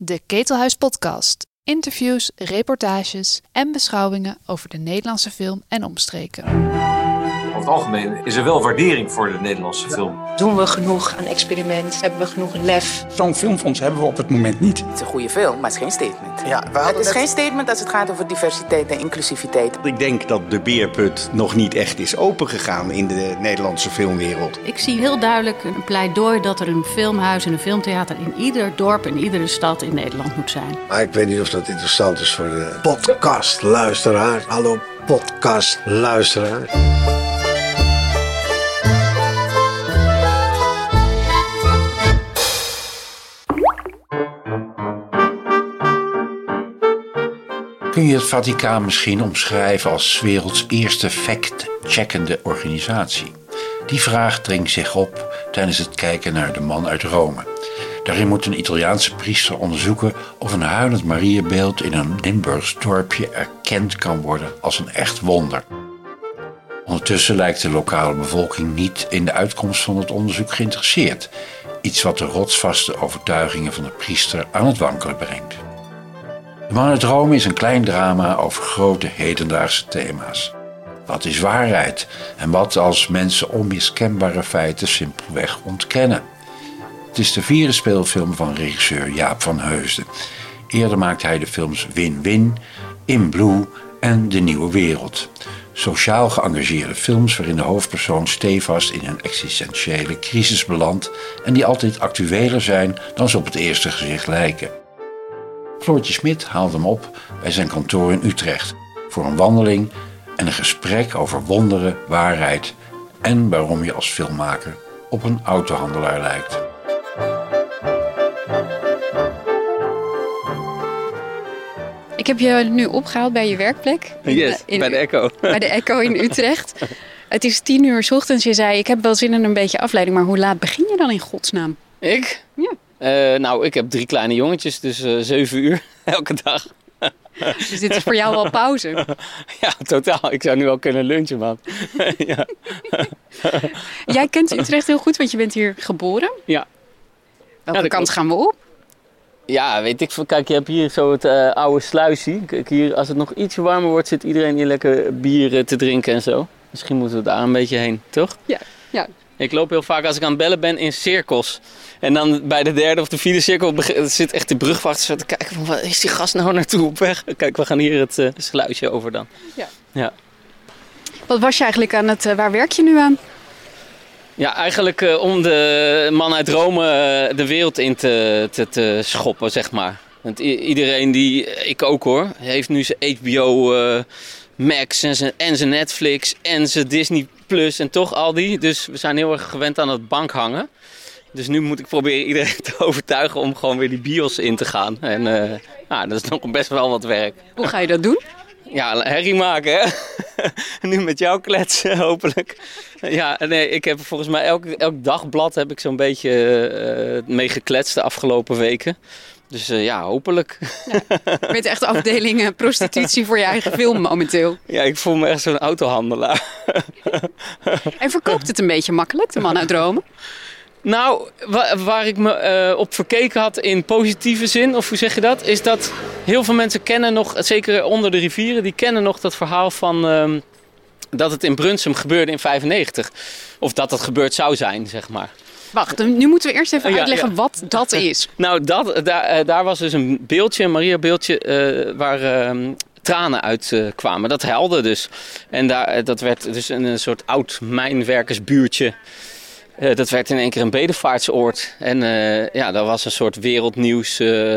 De Ketelhuis Podcast. Interviews, reportages en beschouwingen over de Nederlandse film en omstreken. Over het algemeen is er wel waardering voor de Nederlandse film. Doen we genoeg aan experiment? Hebben we genoeg lef? Zo'n filmfonds hebben we op het moment niet. Het is een goede film, maar het is geen statement. Ja, Het is geen statement als het gaat over diversiteit en inclusiviteit. Ik denk dat de beerput nog niet echt is opengegaan in de Nederlandse filmwereld. Ik zie heel duidelijk een pleidooi dat er een filmhuis en een filmtheater in ieder dorp, in iedere stad in Nederland moet zijn. Maar ik weet niet of dat interessant is voor de podcastluisteraar. Hallo podcastluisteraar. Kun je het Vaticaan misschien omschrijven als 's werelds eerste fact-checkende organisatie? Die vraag dringt zich op tijdens het kijken naar De Man uit Rome. Daarin moet een Italiaanse priester onderzoeken of een huilend Mariabeeld in een Limburgs dorpje erkend kan worden als een echt wonder. Ondertussen lijkt de lokale bevolking niet in de uitkomst van het onderzoek geïnteresseerd. Iets wat de rotsvaste overtuigingen van de priester aan het wankelen brengt. De Man uit Rome is een klein drama over grote hedendaagse thema's. Wat is waarheid en wat als mensen onmiskenbare feiten simpelweg ontkennen? Het is de 4e speelfilm van regisseur Jaap van Heusden. Eerder maakte hij de films Win-Win, In Blue en De Nieuwe Wereld. Sociaal geëngageerde films waarin de hoofdpersoon stevast in een existentiële crisis belandt en die altijd actueler zijn dan ze op het eerste gezicht lijken. Floortje Smit haalt hem op bij zijn kantoor in Utrecht voor een wandeling en een gesprek over wonderen, waarheid en waarom je als filmmaker op een autohandelaar lijkt. Ik heb je nu opgehaald bij je werkplek. Yes, bij de Echo. Bij de Echo in Utrecht. Het is 10:00 's ochtends. Je zei, ik heb wel zin in een beetje afleiding. Maar hoe laat begin je dan in godsnaam? Ik? Ja. Nou, ik heb 3 kleine jongetjes, dus 7 uur elke dag. Dus dit is voor jou wel pauze? Ja, totaal. Ik zou nu al kunnen lunchen, man. Ja. Jij kent Utrecht heel goed, want je bent hier geboren. Ja. Welke kant gaan we op? Ja, weet ik veel. Kijk, je hebt hier zo het oude sluisje. Kijk, hier, als het nog ietsje warmer wordt, zit iedereen hier lekker bier te drinken en zo. Misschien moeten we daar een beetje heen, toch? Ja. Ik loop heel vaak als ik aan het bellen ben in cirkels. En dan bij de 3e of de 4e cirkel zit echt de brugwachter zo te kijken van, wat is die gast nou naartoe op weg? Kijk, we gaan hier het sluisje over dan. Ja. Wat was je eigenlijk aan het... waar werk je nu aan? Ja, eigenlijk om de Man uit Rome de wereld in te schoppen, zeg maar. Want iedereen ik ook hoor, heeft nu zijn HBO Max en zijn Netflix en zijn Disney Plus en toch al die. Dus we zijn heel erg gewend aan het bank hangen. Dus nu moet ik proberen iedereen te overtuigen om gewoon weer die bios in te gaan. En dat is nog best wel wat werk. Hoe ga je dat doen? Ja, herrie maken, hè? Nu met jou kletsen, hopelijk. Ja, nee, ik heb volgens mij elk dagblad heb ik zo'n beetje mee gekletst de afgelopen weken. Dus hopelijk. Ja, je bent echt afdeling prostitutie voor je eigen film momenteel. Ja, ik voel me echt zo'n autohandelaar. En verkoopt het een beetje makkelijk, De Man uit Rome? Nou, waar ik me op verkeken had in positieve zin, of hoe zeg je dat, is dat heel veel mensen kennen nog, zeker onder de rivieren, die kennen nog dat verhaal van dat het in Brunsum gebeurde in 1995. Of dat dat gebeurd zou zijn, zeg maar. Wacht, nu moeten we eerst even uitleggen wat dat is. Nou, daar was dus een beeldje, een Maria-beeldje, waar tranen uit kwamen. Dat huilde dus. En dat werd dus een soort oud mijnwerkersbuurtje. Dat werd in één keer een bedevaartsoord. En dat was een soort wereldnieuws.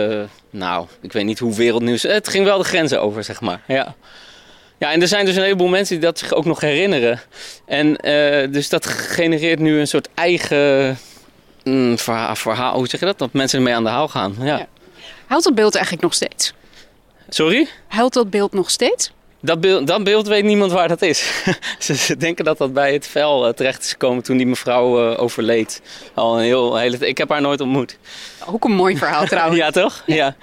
Ik weet niet hoe wereldnieuws. Het ging wel de grenzen over, zeg maar. Ja. Ja, en er zijn dus een heleboel mensen die dat zich ook nog herinneren. En dus dat genereert nu een soort eigen verhaal. Hoe zeg je dat? Dat mensen ermee aan de haal gaan. Ja. Huilt dat beeld eigenlijk nog steeds? Sorry? Huilt dat beeld nog steeds? Dat beeld weet niemand waar dat is. Ze denken dat dat bij het vel terecht is gekomen toen die mevrouw overleed. Ik heb haar nooit ontmoet. Ook een mooi verhaal trouwens. Ja, toch? Ja.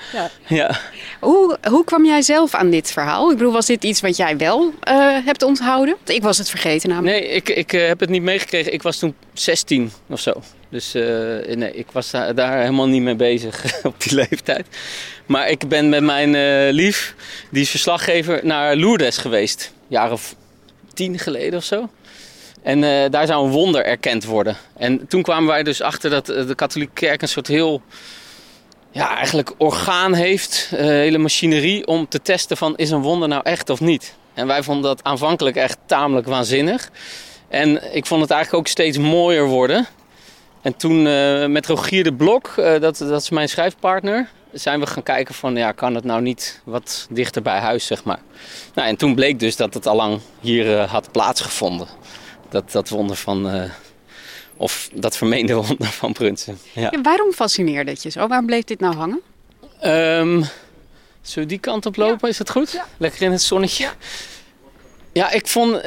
Hoe kwam jij zelf aan dit verhaal? Ik bedoel, was dit iets wat jij wel hebt onthouden? Ik was het vergeten namelijk. Nee, ik heb het niet meegekregen. Ik was toen 16 of zo. Dus nee, ik was daar helemaal niet mee bezig op die leeftijd. Maar ik ben met mijn lief, die is verslaggever, naar Lourdes geweest. Een jaar of 10 geleden of zo. En daar zou een wonder erkend worden. En toen kwamen wij dus achter dat de katholieke kerk een soort heel... Ja, eigenlijk orgaan heeft, hele machinerie om te testen van is een wonder nou echt of niet. En wij vonden dat aanvankelijk echt tamelijk waanzinnig. En ik vond het eigenlijk ook steeds mooier worden. En toen met Rogier de Blok, dat is mijn schrijfpartner, zijn we gaan kijken van ja, kan het nou niet wat dichter bij huis, zeg maar. Nou, en toen bleek dus dat het allang hier had plaatsgevonden. Dat wonder van... Of dat vermeende wonder van Brunsen. Ja. Ja, waarom fascineerde het je zo? Waarom bleef dit nou hangen? Zullen we die kant op lopen? Ja. Is dat goed? Ja. Lekker in het zonnetje. Ja, ik vond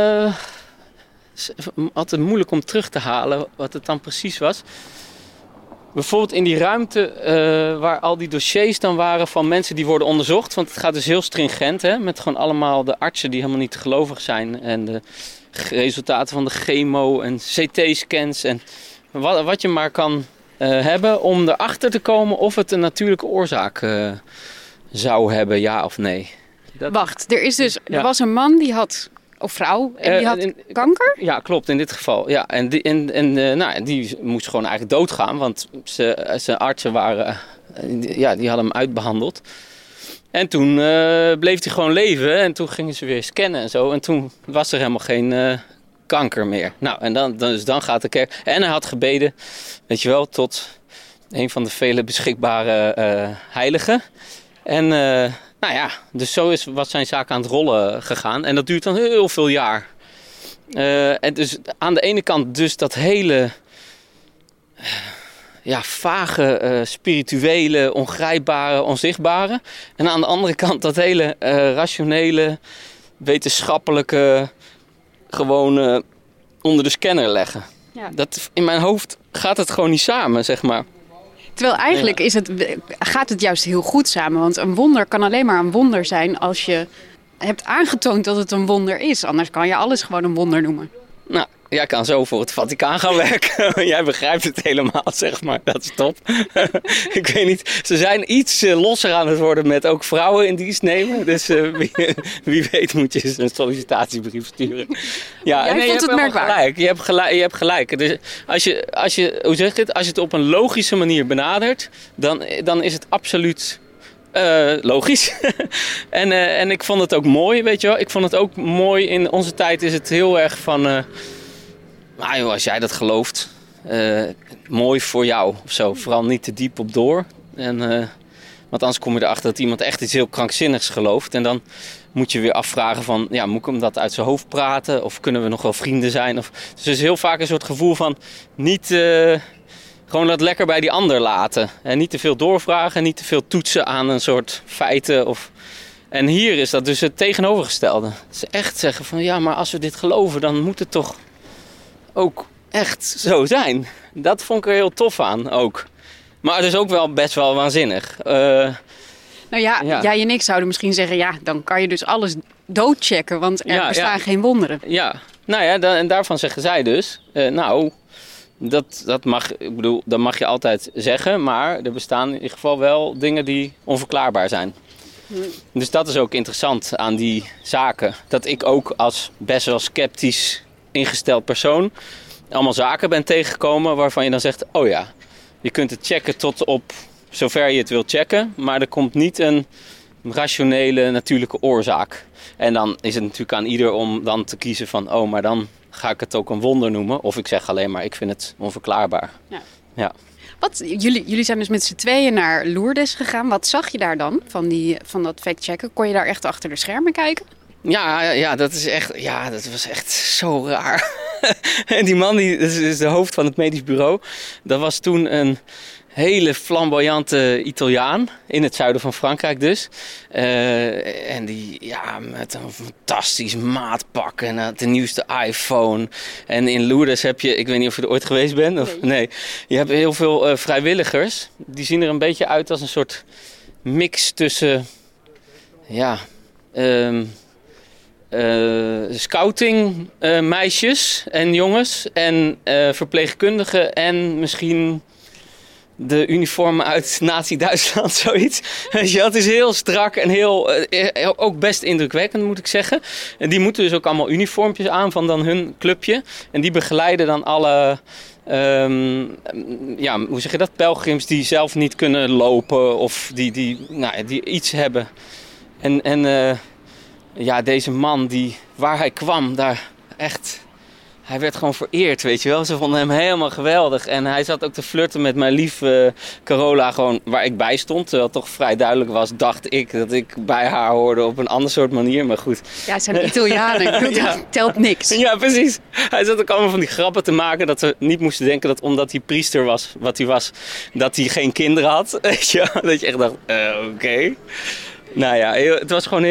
altijd moeilijk om terug te halen wat het dan precies was. Bijvoorbeeld in die ruimte waar al die dossiers dan waren van mensen die worden onderzocht. Want het gaat dus heel stringent, hè, met gewoon allemaal de artsen die helemaal niet te gelovig zijn. En de resultaten van de chemo en CT-scans en wat je maar kan hebben om erachter te komen of het een natuurlijke oorzaak zou hebben, ja of nee. Wacht, er was een man die had, of vrouw, en die had kanker? Ja, klopt, in dit geval. Ja, en die moest gewoon eigenlijk doodgaan, want zijn artsen waren, die hadden hem uitbehandeld. En toen bleef hij gewoon leven en toen gingen ze weer scannen en zo. En toen was er helemaal geen kanker meer. Nou, en dan gaat de kerk... En hij had gebeden, weet je wel, tot een van de vele beschikbare heiligen. En dus zo was zijn zaak aan het rollen gegaan. En dat duurt dan heel veel jaar. En dus aan de ene kant dus dat hele... vage, spirituele, ongrijpbare, onzichtbare. En aan de andere kant dat hele rationele, wetenschappelijke, gewoon onder de scanner leggen. Ja. Dat, in mijn hoofd gaat het gewoon niet samen, zeg maar. Terwijl eigenlijk gaat het juist heel goed samen. Want een wonder kan alleen maar een wonder zijn als je hebt aangetoond dat het een wonder is. Anders kan je alles gewoon een wonder noemen. Nou, jij kan zo voor het Vaticaan gaan werken. Jij begrijpt het helemaal, zeg maar. Dat is top. Ik weet niet. Ze zijn iets losser aan het worden met ook vrouwen in dienst nemen. Dus wie weet moet je eens een sollicitatiebrief sturen. Ja, jij vond het merkwaardig. Je hebt gelijk. Dus als je, hoe zeg je het? Als je het op een logische manier benadert, dan is het absoluut... logisch. en ik vond het ook mooi, weet je wel. Ik vond het ook mooi, in onze tijd is het heel erg van... als jij dat gelooft, mooi voor jou of zo. Vooral niet te diep op door. Want anders kom je erachter dat iemand echt iets heel krankzinnigs gelooft. En dan moet je weer afvragen van... Ja, moet ik hem dat uit zijn hoofd praten? Of kunnen we nog wel vrienden zijn? Dus er is heel vaak een soort gevoel van... niet... Gewoon dat lekker bij die ander laten. En niet te veel doorvragen, niet te veel toetsen aan een soort feiten. En hier is dat dus het tegenovergestelde. Ze echt zeggen van ja, maar als we dit geloven, dan moet het toch ook echt zo zijn. Dat vond ik er heel tof aan ook. Maar het is ook wel best wel waanzinnig. Jij en ik zouden misschien zeggen, ja, dan kan je dus alles doodchecken, want er bestaan geen wonderen. Ja, en daarvan zeggen zij dus, dat mag je altijd zeggen, maar er bestaan in ieder geval wel dingen die onverklaarbaar zijn. Dus dat is ook interessant aan die zaken. Dat ik ook als best wel sceptisch ingesteld persoon allemaal zaken ben tegengekomen waarvan je dan zegt, oh ja, je kunt het checken tot op zover je het wilt checken, maar er komt niet een rationele, natuurlijke oorzaak. En dan is het natuurlijk aan ieder om dan te kiezen van, maar dan ga ik het ook een wonder noemen. Of ik zeg alleen maar, ik vind het onverklaarbaar. Ja. Jullie zijn dus met z'n tweeën naar Lourdes gegaan. Wat zag je daar dan van dat fact-checken? Kon je daar echt achter de schermen kijken? Ja, dat was echt zo raar. En die man, dat is de hoofd van het medisch bureau. Dat was toen een hele flamboyante Italiaan, in het zuiden van Frankrijk dus. En die met een fantastisch maatpak en de nieuwste iPhone. En in Lourdes heb je, ik weet niet of je er ooit geweest bent. Of, nee. Je hebt heel veel vrijwilligers. Die zien er een beetje uit als een soort mix tussen scouting meisjes en jongens en verpleegkundigen en misschien de uniformen uit Nazi-Duitsland, zoiets. Weet je, het is heel strak en ook best indrukwekkend, moet ik zeggen. En die moeten dus ook allemaal uniformpjes aan van dan hun clubje. En die begeleiden dan alle, hoe zeg je dat, pelgrims die zelf niet kunnen lopen of die iets hebben. En deze man, waar hij kwam, daar echt... Hij werd gewoon vereerd, weet je wel. Ze vonden hem helemaal geweldig. En hij zat ook te flirten met mijn lief Carola, gewoon waar ik bij stond. Terwijl het toch vrij duidelijk was, dacht ik, dat ik bij haar hoorde op een ander soort manier. Maar goed. Ja, het zijn Italianen. Dat telt niks. Ja, precies. Hij zat ook allemaal van die grappen te maken. Dat ze niet moesten denken dat omdat hij priester was, wat hij was, dat hij geen kinderen had. Weet je wel? Dat je echt dacht, oké. Nou ja, het was gewoon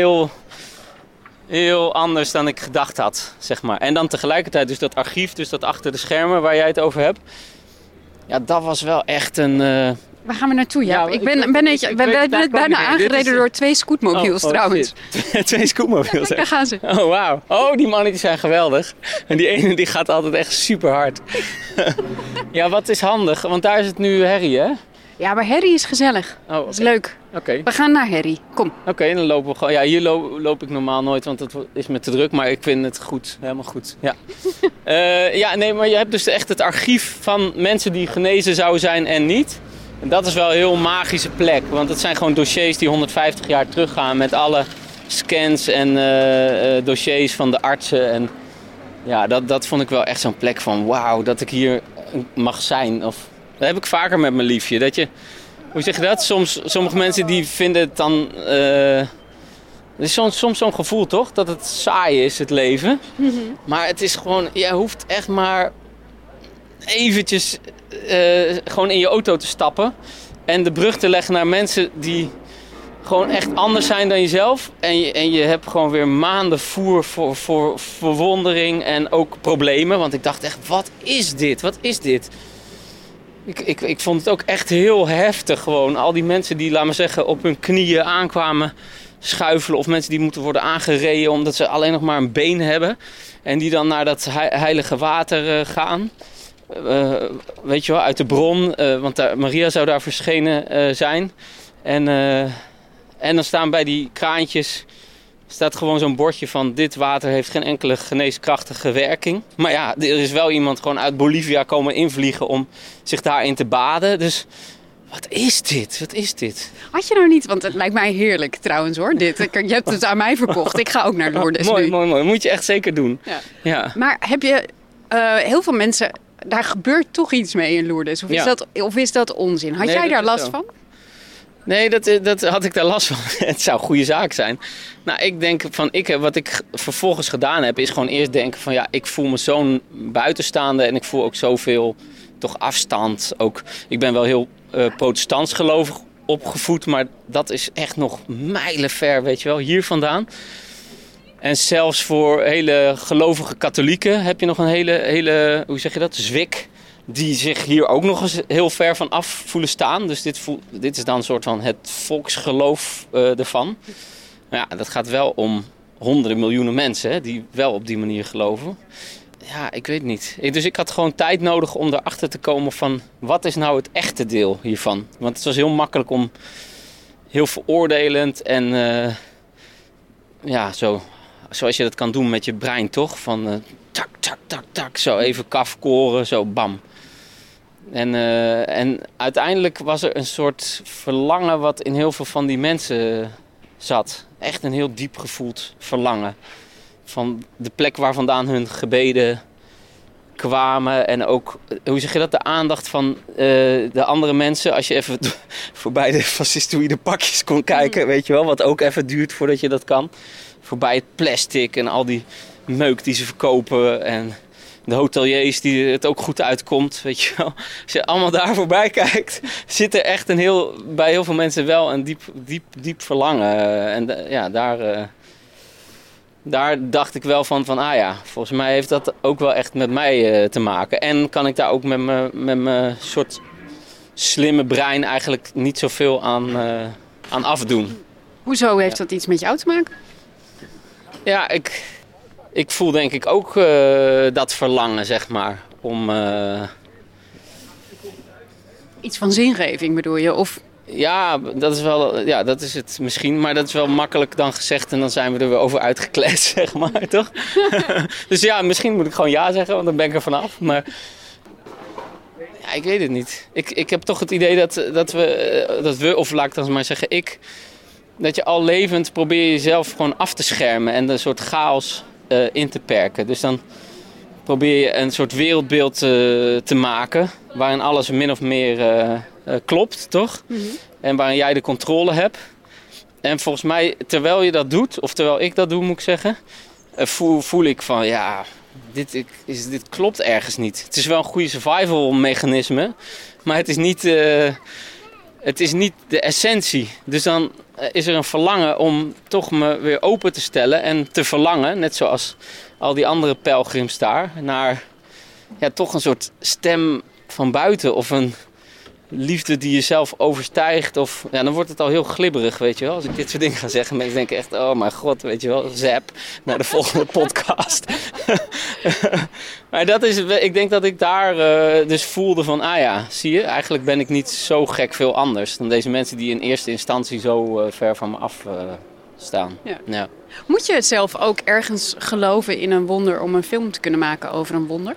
heel anders dan ik gedacht had, zeg maar. En dan tegelijkertijd dus dat archief, dus dat achter de schermen waar jij het over hebt. Ja, dat was wel echt een... Waar gaan we naartoe, Jaap? Ik ben bijna aangereden door 2 scootmobiels trouwens. 2 scootmobiels? Ja, daar gaan ze. Oh, wauw. Oh, die mannen die zijn geweldig. En die ene die gaat altijd echt super hard. Ja, wat is handig, want daar is het nu herrie, hè? Ja, maar herrie is gezellig. Oh, okay. Dat is leuk. Okay. We gaan naar herrie. Kom. Oké, dan lopen we gewoon... Ja, hier loop ik normaal nooit, want het is me te druk. Maar ik vind het goed. Helemaal goed. Ja. Maar je hebt dus echt het archief van mensen die genezen zouden zijn en niet. En dat is wel een heel magische plek. Want het zijn gewoon dossiers die 150 jaar teruggaan met alle scans en dossiers van de artsen. En ja, dat vond ik wel echt zo'n plek van wauw, dat ik hier mag zijn. Of... Dat heb ik vaker met mijn liefje. Dat je, hoe zeg je dat? Sommige mensen die vinden het dan... er is soms zo'n gevoel, toch? Dat het saai is, het leven. Mm-hmm. Maar het is gewoon... Je hoeft echt maar eventjes gewoon in je auto te stappen. En de brug te leggen naar mensen die gewoon echt anders zijn dan jezelf. En je hebt gewoon weer maanden voer voor verwondering en ook problemen. Want ik dacht echt, wat is dit? Wat is dit? Ik vond het ook echt heel heftig gewoon. Al die mensen die, laat maar zeggen, op hun knieën aankwamen schuifelen. Of mensen die moeten worden aangereden omdat ze alleen nog maar een been hebben. En die dan naar dat heilige water gaan. Weet je wel, uit de bron. Want Maria zou daar verschenen zijn. En dan staan bij die kraantjes... staat gewoon zo'n bordje van dit water heeft geen enkele geneeskrachtige werking. Maar ja, er is wel iemand gewoon uit Bolivia komen invliegen om zich daarin te baden. Dus wat is dit? Wat is dit? Had je nou niet, want het lijkt mij heerlijk trouwens hoor, dit. Je hebt het aan mij verkocht. Ik ga ook naar Lourdes nu. Mooi. Moet je echt zeker doen. Ja. Maar heb je heel veel mensen... Daar gebeurt toch iets mee in Lourdes? Of is dat onzin? Had jij daar last van? Nee, dat had ik daar last van. Het zou een goede zaak zijn. Nou, ik denk van, wat ik vervolgens gedaan heb, is gewoon eerst denken van ja, ik voel me zo'n buitenstaande en ik voel ook zoveel toch afstand. Ook, ik ben wel heel protestants gelovig opgevoed, maar dat is echt nog mijlenver, weet je wel, hier vandaan. En zelfs voor hele gelovige katholieken heb je nog een hele hoe zeg je dat, zwik. Die zich hier ook nog eens heel ver van af voelen staan. Dus dit is dan een soort van het volksgeloof ervan. Maar ja, dat gaat wel om honderden miljoenen mensen hè, die wel op die manier geloven. Ja, ik weet niet. Dus ik had gewoon tijd nodig om erachter te komen van... wat is nou het echte deel hiervan? Want het was heel makkelijk om heel veroordelend en zoals je dat kan doen met je brein, toch? Van tak, tak, tak, tak, zo even kafkoren, zo bam. En uiteindelijk was er een soort verlangen wat in heel veel van die mensen zat. Echt een heel diep gevoeld verlangen. Van de plek waar vandaan hun gebeden kwamen. En ook, hoe zeg je dat, de aandacht van de andere mensen. Als je even voorbij de fascistoïde pakjes kon kijken, weet je wel. Wat ook even duurt voordat je dat kan. Voorbij het plastic en al die meuk die ze verkopen. En de hoteliers die het ook goed uitkomt, weet je wel. Als je allemaal daar voorbij kijkt, zit er echt bij heel veel mensen wel een diep verlangen. En daar dacht ik wel van volgens mij heeft dat ook wel echt met mij te maken. En kan ik daar ook met mijn soort slimme brein eigenlijk niet zoveel aan afdoen. Hoezo heeft dat iets met jou te maken? Ja, ik voel denk ik ook dat verlangen, zeg maar. Om... Iets van zingeving bedoel je? Of... Ja, dat is het misschien. Maar dat is wel makkelijk dan gezegd en dan zijn we er weer over uitgekletst, zeg maar, toch? Dus ja, misschien moet ik gewoon ja zeggen, want dan ben ik er vanaf. Maar ja, ik weet het niet. Ik heb toch het idee dat we, of laat ik dan maar zeggen, dat je al levend probeer jezelf gewoon af te schermen en een soort chaos in te perken. Dus dan probeer je een soort wereldbeeld te maken waarin alles min of meer klopt, toch? Mm-hmm. En waarin jij de controle hebt. En volgens mij, terwijl je dat doet, of terwijl ik dat doe, moet ik zeggen, voel ik van, ja, dit klopt ergens niet. Het is wel een goede survival mechanisme, maar het is niet de essentie. Dus dan is er een verlangen om toch me weer open te stellen en te verlangen, net zoals al die andere pelgrims daar, naar toch een soort stem van buiten of een liefde die jezelf overstijgt. Of, dan wordt het al heel glibberig, weet je wel. Als ik dit soort dingen ga zeggen, mensen denken echt, oh mijn god, weet je wel, zap naar de volgende podcast. Maar ik denk dat ik daar dus voelde van, zie je, eigenlijk ben ik niet zo gek veel anders dan deze mensen die in eerste instantie zo ver van me af staan. Ja. Ja. Moet je het zelf ook ergens geloven in een wonder om een film te kunnen maken over een wonder?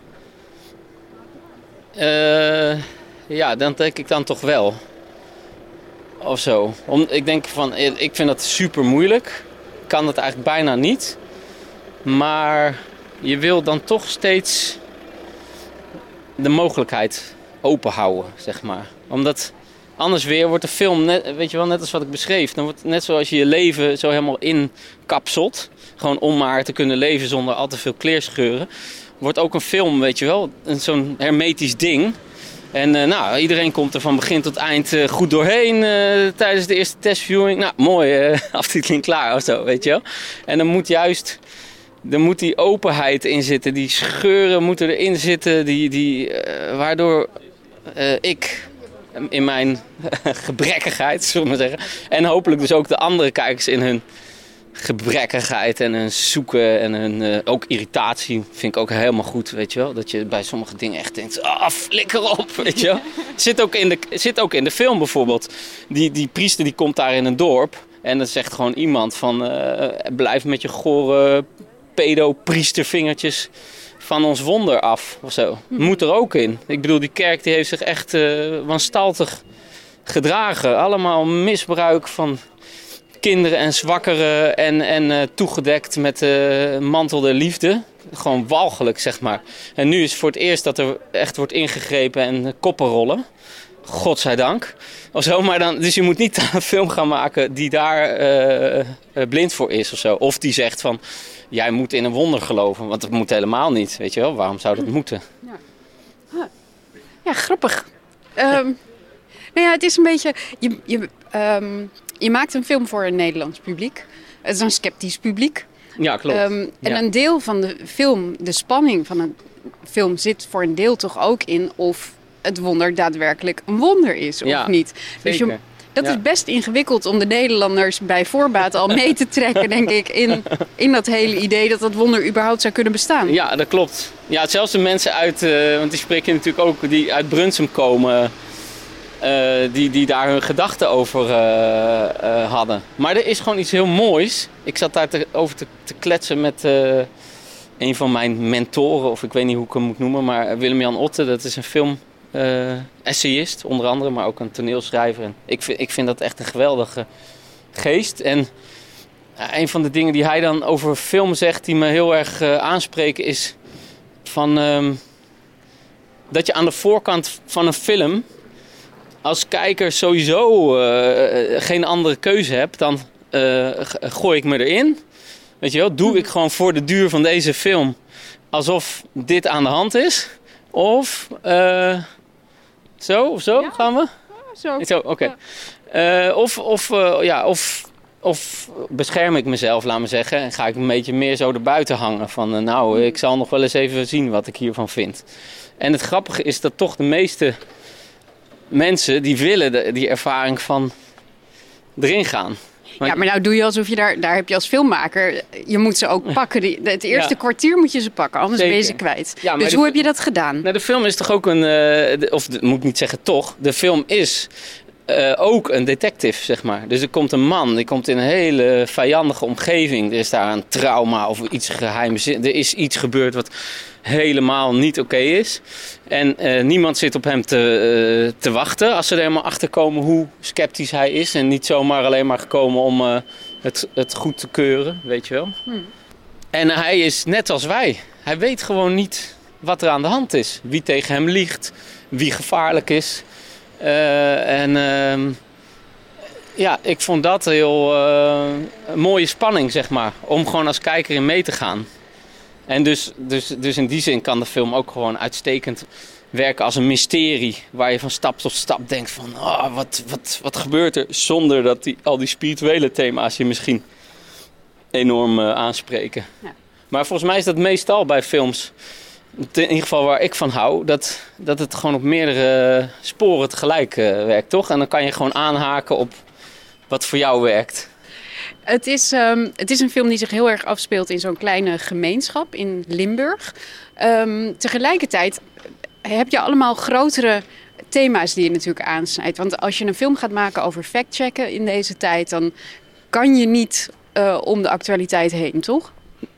Ja, dan denk ik dan toch wel. Of zo. Ik denk van, ik vind dat super moeilijk. Ik kan dat eigenlijk bijna niet. Maar je wil dan toch steeds de mogelijkheid open houden, zeg maar. Omdat anders weer wordt de film, weet je wel, net als wat ik beschreef. Dan wordt het net zoals je je leven zo helemaal inkapselt. Gewoon om maar te kunnen leven zonder al te veel kleerscheuren. Wordt ook een film, weet je wel, zo'n hermetisch ding. En iedereen komt er van begin tot eind goed doorheen tijdens de eerste testviewing. Nou, mooi, aftiteling klaar of zo, weet je wel. En er moet die openheid in zitten, die scheuren moeten erin zitten, waardoor ik in mijn gebrekkigheid, zullen we maar zeggen, en hopelijk dus ook de andere kijkers in hun gebrekkigheid en hun zoeken en hun ook irritatie vind ik ook helemaal goed, weet je wel. Dat je bij sommige dingen echt denkt, flikker op, weet je wel. Zit ook in de film bijvoorbeeld. Die priester die komt daar in een dorp en dan zegt gewoon iemand van blijf met je gore pedo-priestervingertjes van ons wonder af of zo. Moet er ook in. Ik bedoel, die kerk die heeft zich echt wanstaltig gedragen. Allemaal misbruik van kinderen en zwakkeren en toegedekt met mantel der liefde. Gewoon walgelijk, zeg maar. En nu is het voor het eerst dat er echt wordt ingegrepen en koppen rollen. Godzijdank. Of zo, maar dus je moet niet een film gaan maken die daar blind voor is of zo. Of die zegt van, jij moet in een wonder geloven. Want dat moet helemaal niet, weet je wel. Waarom zou dat moeten? Ja, grappig. Het is een beetje... Je maakt een film voor een Nederlands publiek. Het is een sceptisch publiek. Ja, klopt. En een deel van de film, de spanning van een film, zit voor een deel toch ook in of het wonder daadwerkelijk een wonder is of niet. Dus dat is best ingewikkeld om de Nederlanders bij voorbaat al mee te trekken, denk ik, in dat hele idee dat dat wonder überhaupt zou kunnen bestaan. Ja, dat klopt. Ja, zelfs de mensen uit, want die spreken natuurlijk ook, die uit Brunsum komen, die daar hun gedachten over hadden. Maar er is gewoon iets heel moois. Ik zat daar over te kletsen met een van mijn mentoren, of ik weet niet hoe ik hem moet noemen, maar Willem-Jan Otte, dat is een film essayist onder andere, maar ook een toneelschrijver. En ik vind dat echt een geweldige geest. En een van de dingen die hij dan over film zegt, die me heel erg aanspreken, is van dat je aan de voorkant van een film als kijker sowieso geen andere keuze hebt, dan gooi ik me erin. Weet je wel, doe ik gewoon voor de duur van deze film alsof dit aan de hand is. Of zo gaan we? Zo, oké. Ja. Of bescherm ik mezelf, laat me zeggen, en ga ik een beetje meer zo erbuiten hangen van ik zal nog wel eens even zien wat ik hiervan vind. En het grappige is dat toch de meeste mensen die willen die ervaring van erin gaan. Ja, maar nou doe je alsof je daar heb je als filmmaker... Je moet ze ook pakken. Het eerste kwartier moet je ze pakken, anders ben je ze kwijt. Ja, dus hoe heb je dat gedaan? Nou, de film is toch ook moet ik niet zeggen toch. De film is ook een detective, zeg maar. Dus er komt een man, die komt in een hele vijandige omgeving. Er is daar een trauma of iets geheims. Er is iets gebeurd wat helemaal niet oké is. En niemand zit op hem te wachten als ze er helemaal achter komen hoe sceptisch hij is. En niet zomaar alleen maar gekomen om het goed te keuren, weet je wel. En hij is net als wij. Hij weet gewoon niet wat er aan de hand is. Wie tegen hem liegt, wie gevaarlijk is. Ik vond dat een heel mooie spanning, zeg maar. Om gewoon als kijker in mee te gaan. En dus in die zin kan de film ook gewoon uitstekend werken als een mysterie. Waar je van stap tot stap denkt van, wat gebeurt er? Zonder dat al die spirituele thema's je misschien enorm aanspreken. Ja. Maar volgens mij is dat meestal bij films, in ieder geval waar ik van hou, dat het gewoon op meerdere sporen tegelijk werkt, toch? En dan kan je gewoon aanhaken op wat voor jou werkt. Het is een film die zich heel erg afspeelt in zo'n kleine gemeenschap in Limburg. Tegelijkertijd heb je allemaal grotere thema's die je natuurlijk aansnijdt. Want als je een film gaat maken over factchecken in deze tijd, dan kan je niet om de actualiteit heen, toch?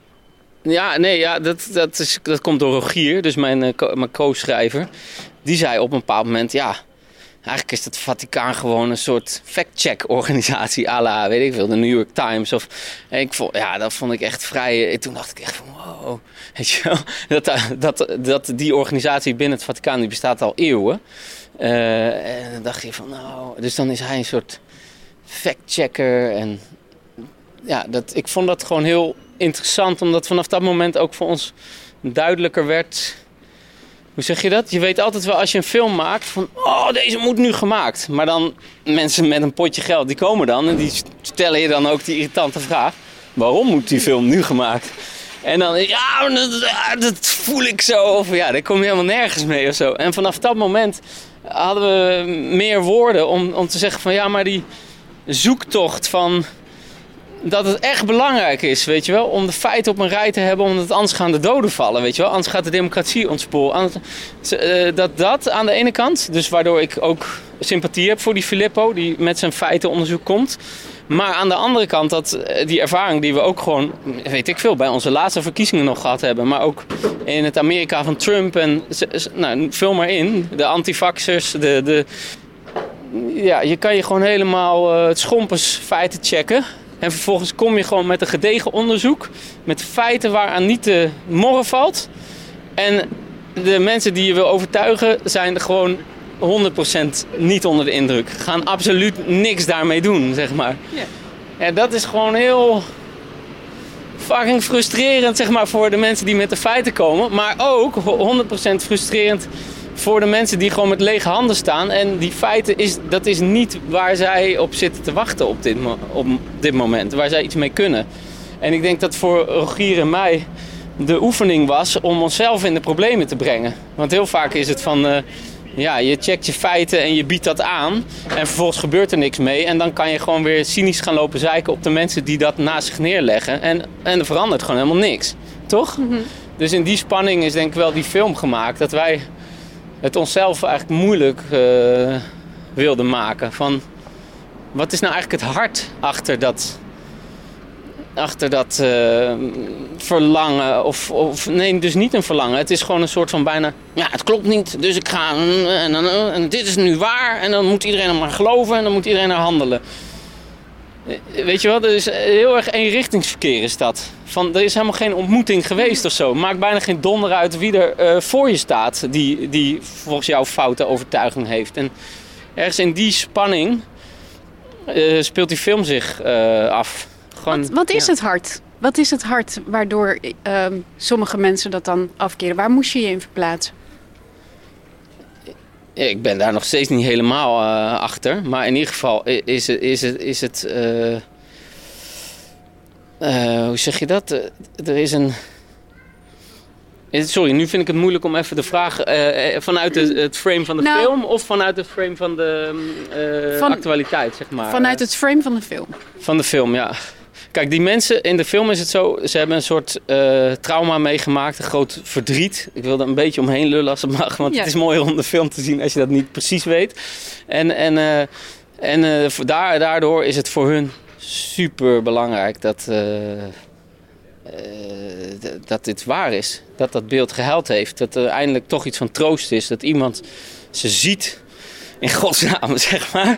Ja, dat komt door Rogier, dus mijn co-schrijver. Die zei op een bepaald moment, eigenlijk is het Vaticaan gewoon een soort fact-check-organisatie à la, weet ik veel, de New York Times. Dat vond ik echt vrij. Toen dacht ik echt van, wow, weet je wel, dat die organisatie binnen het Vaticaan, die bestaat al eeuwen. En dan dacht je van, dus dan is hij een soort fact-checker. En ja, ik vond dat gewoon heel interessant, omdat vanaf dat moment ook voor ons duidelijker werd. Hoe zeg je dat? Je weet altijd wel als je een film maakt van, deze moet nu gemaakt. Maar dan mensen met een potje geld, die komen dan en die stellen je dan ook die irritante vraag. Waarom moet die film nu gemaakt? En dan, dat voel ik zo. Of daar kom je helemaal nergens mee of zo. En vanaf dat moment hadden we meer woorden om te zeggen van, maar die zoektocht van dat het echt belangrijk is, weet je wel, om de feiten op een rij te hebben, omdat anders gaan de doden vallen, weet je wel. Anders gaat de democratie ontsporen. Dat aan de ene kant, dus waardoor ik ook sympathie heb voor die Filippo, die met zijn feitenonderzoek komt. Maar aan de andere kant, dat die ervaring die we ook gewoon, weet ik veel, bij onze laatste verkiezingen nog gehad hebben, maar ook in het Amerika van Trump en, vul maar in, de antivaxers, je kan je gewoon helemaal het schompers feiten checken. En vervolgens kom je gewoon met een gedegen onderzoek, met feiten waaraan niet te morren valt. En de mensen die je wil overtuigen zijn er gewoon 100% niet onder de indruk. Gaan absoluut niks daarmee doen, zeg maar. Yeah. Ja, dat is gewoon heel fucking frustrerend, zeg maar, voor de mensen die met de feiten komen. Maar ook 100% frustrerend voor de mensen die gewoon met lege handen staan. En die feiten, dat is niet waar zij op zitten te wachten op dit moment. Waar zij iets mee kunnen. En ik denk dat voor Rogier en mij de oefening was om onszelf in de problemen te brengen. Want heel vaak is het van, je checkt je feiten en je biedt dat aan. En vervolgens gebeurt er niks mee. En dan kan je gewoon weer cynisch gaan lopen zeiken op de mensen die dat naast zich neerleggen. En er verandert gewoon helemaal niks. Toch? Mm-hmm. Dus in die spanning is denk ik wel die film gemaakt. Dat wij het onszelf eigenlijk moeilijk wilden maken. Van, wat is nou eigenlijk het hart achter dat verlangen? Of nee, dus niet een verlangen. Het is gewoon een soort van bijna, het klopt niet, dus ik ga en dit is nu waar. En dan moet iedereen er maar geloven en dan moet iedereen er handelen. Weet je wel, er is heel erg eenrichtingsverkeer is dat. Er is helemaal geen ontmoeting geweest of zo. Maakt bijna geen donder uit wie er voor je staat die volgens jou foute overtuiging heeft. En ergens in die spanning speelt die film zich af. Wat is het hart? Wat is het hart waardoor sommige mensen dat dan afkeren? Waar moest je je in verplaatsen? Ja, ik ben daar nog steeds niet helemaal achter. Maar in ieder geval is het hoe zeg je dat? Er is Sorry, nu vind ik het moeilijk om even de vraag vanuit het frame van de film of vanuit het frame van de actualiteit, zeg maar. Vanuit het frame van de film. Van de film, ja. Kijk, die mensen in de film is het zo, ze hebben een soort trauma meegemaakt, een groot verdriet. Ik wil er een beetje omheen lullen als het mag, want het is mooier om de film te zien als je dat niet precies weet. Daardoor is het voor hun super belangrijk dat dit waar is. Dat beeld gehuild heeft. Dat er eindelijk toch iets van troost is. Dat iemand ze ziet in godsnaam, zeg maar.